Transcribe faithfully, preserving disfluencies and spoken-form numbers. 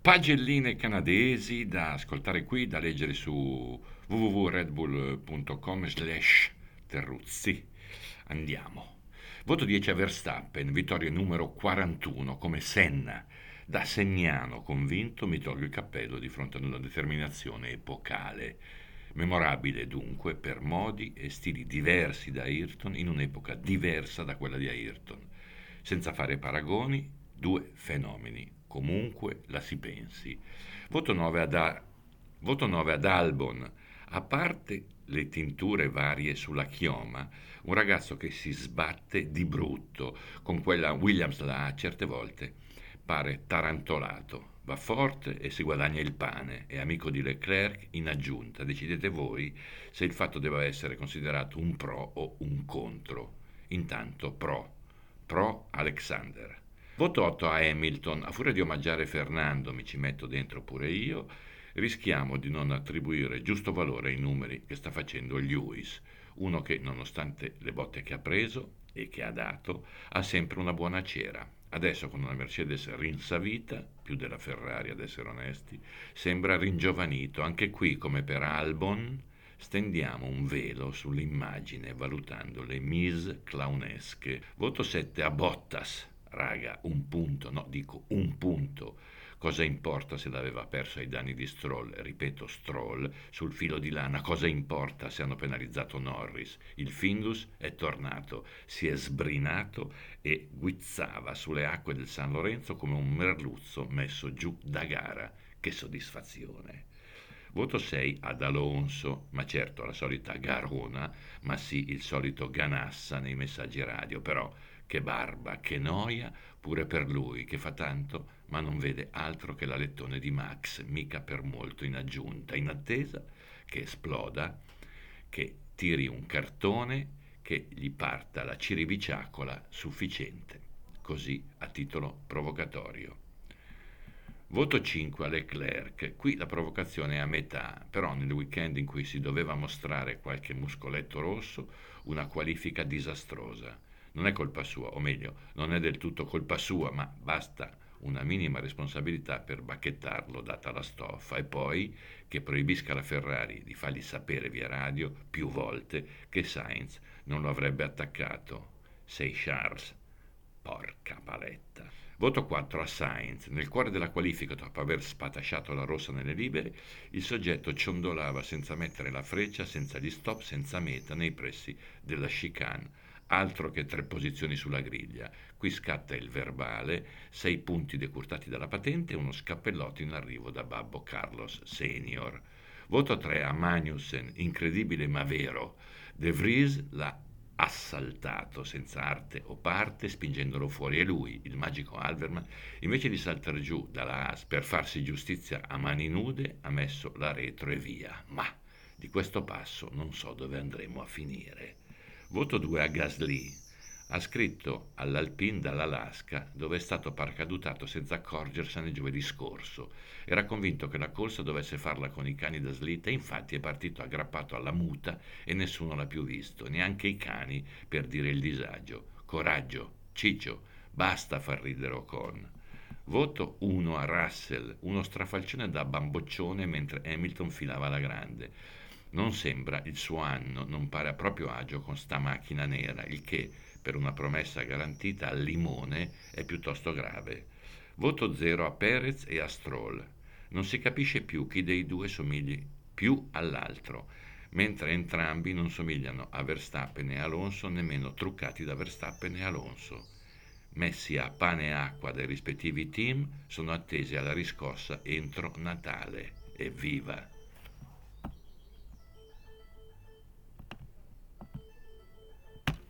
pagelline canadesi da ascoltare qui, da leggere su w w w punto red bull punto com slash Terruzzi. Andiamo. Voto dieci a Verstappen, vittoria numero quarantuno, come Senna. Da segnano convinto mi tolgo il cappello di fronte ad una determinazione epocale. Memorabile dunque per modi e stili diversi da Ayrton in un'epoca diversa da quella di Ayrton. Senza fare paragoni, due fenomeni. Comunque la si pensi. Voto nove ad, A- Voto nove ad Albon. A parte le tinture varie sulla chioma, un ragazzo che si sbatte di brutto, con quella Williams là certe volte pare tarantolato. Va forte e si guadagna il pane, è amico di Leclerc in aggiunta. Decidete voi se il fatto deve essere considerato un pro o un contro. Intanto pro. Pro Alexander. Voto otto a Hamilton. A furia di omaggiare Fernando, mi ci metto dentro pure io, rischiamo di non attribuire giusto valore ai numeri che sta facendo Lewis, uno che, nonostante le botte che ha preso e che ha dato, ha sempre una buona cera. Adesso con una Mercedes rinsavita, più della Ferrari ad essere onesti, sembra ringiovanito. Anche qui, come per Albon, stendiamo un velo sull'immagine valutando le mise clownesche. Voto sette a Bottas. Raga, un punto, no, dico un punto. Cosa importa se l'aveva perso ai danni di Stroll? Ripeto, Stroll sul filo di lana. Cosa importa se hanno penalizzato Norris? Il Findus è tornato, si è sbrinato e guizzava sulle acque del San Lorenzo come un merluzzo messo giù da gara. Che soddisfazione! Voto sei ad Alonso, ma certo la solita garona, ma sì il solito ganassa nei messaggi radio, però che barba, che noia, pure per lui che fa tanto, ma non vede altro che l'alettone di Max, mica per molto in aggiunta, in attesa che esploda, che tiri un cartone, che gli parta la ciribiciacola sufficiente, così a titolo provocatorio. Voto cinque a Leclerc. Qui la provocazione è a metà, però nel weekend in cui si doveva mostrare qualche muscoletto rosso, una qualifica disastrosa. Non è colpa sua, o meglio, non è del tutto colpa sua, ma basta una minima responsabilità per bacchettarlo data la stoffa e poi che proibisca alla Ferrari di fargli sapere via radio più volte che Sainz non lo avrebbe attaccato. Sei Charles. Porca paletta. Voto quattro a Sainz. Nel cuore della qualifica, dopo aver spatasciato la rossa nelle libere, il soggetto ciondolava senza mettere la freccia, senza gli stop, senza meta, nei pressi della chicane. Altro che tre posizioni sulla griglia. Qui scatta il verbale, sei punti decurtati dalla patente e uno scappellotto in arrivo da Babbo Carlos Senior. Voto tre a Magnussen, incredibile ma vero. De Vries l'ha assaltato senza arte o parte, spingendolo fuori, e lui, il magico Alverman, invece di saltare giù dalla Haas per farsi giustizia a mani nude, ha messo la retro e via. Ma di questo passo non so dove andremo a finire. Voto due a Gasly. Ha scritto all'Alpine dall'Alaska, dove è stato paracadutato senza accorgersene giovedì scorso. Era convinto che la corsa dovesse farla con i cani da slitta, infatti è partito aggrappato alla muta e nessuno l'ha più visto, neanche i cani, per dire il disagio. Coraggio, Ciccio, basta far ridere Ocon. Voto uno a Russell, uno strafalcione da bamboccione mentre Hamilton filava la grande. Non sembra il suo anno, non pare a proprio agio con sta macchina nera, il che, per una promessa garantita al limone, è piuttosto grave. Voto zero a Perez e a Stroll. Non si capisce più chi dei due somigli più all'altro, mentre entrambi non somigliano a Verstappen e Alonso, nemmeno truccati da Verstappen e Alonso. Messi a pane e acqua dai rispettivi team, sono attesi alla riscossa entro Natale. Evviva!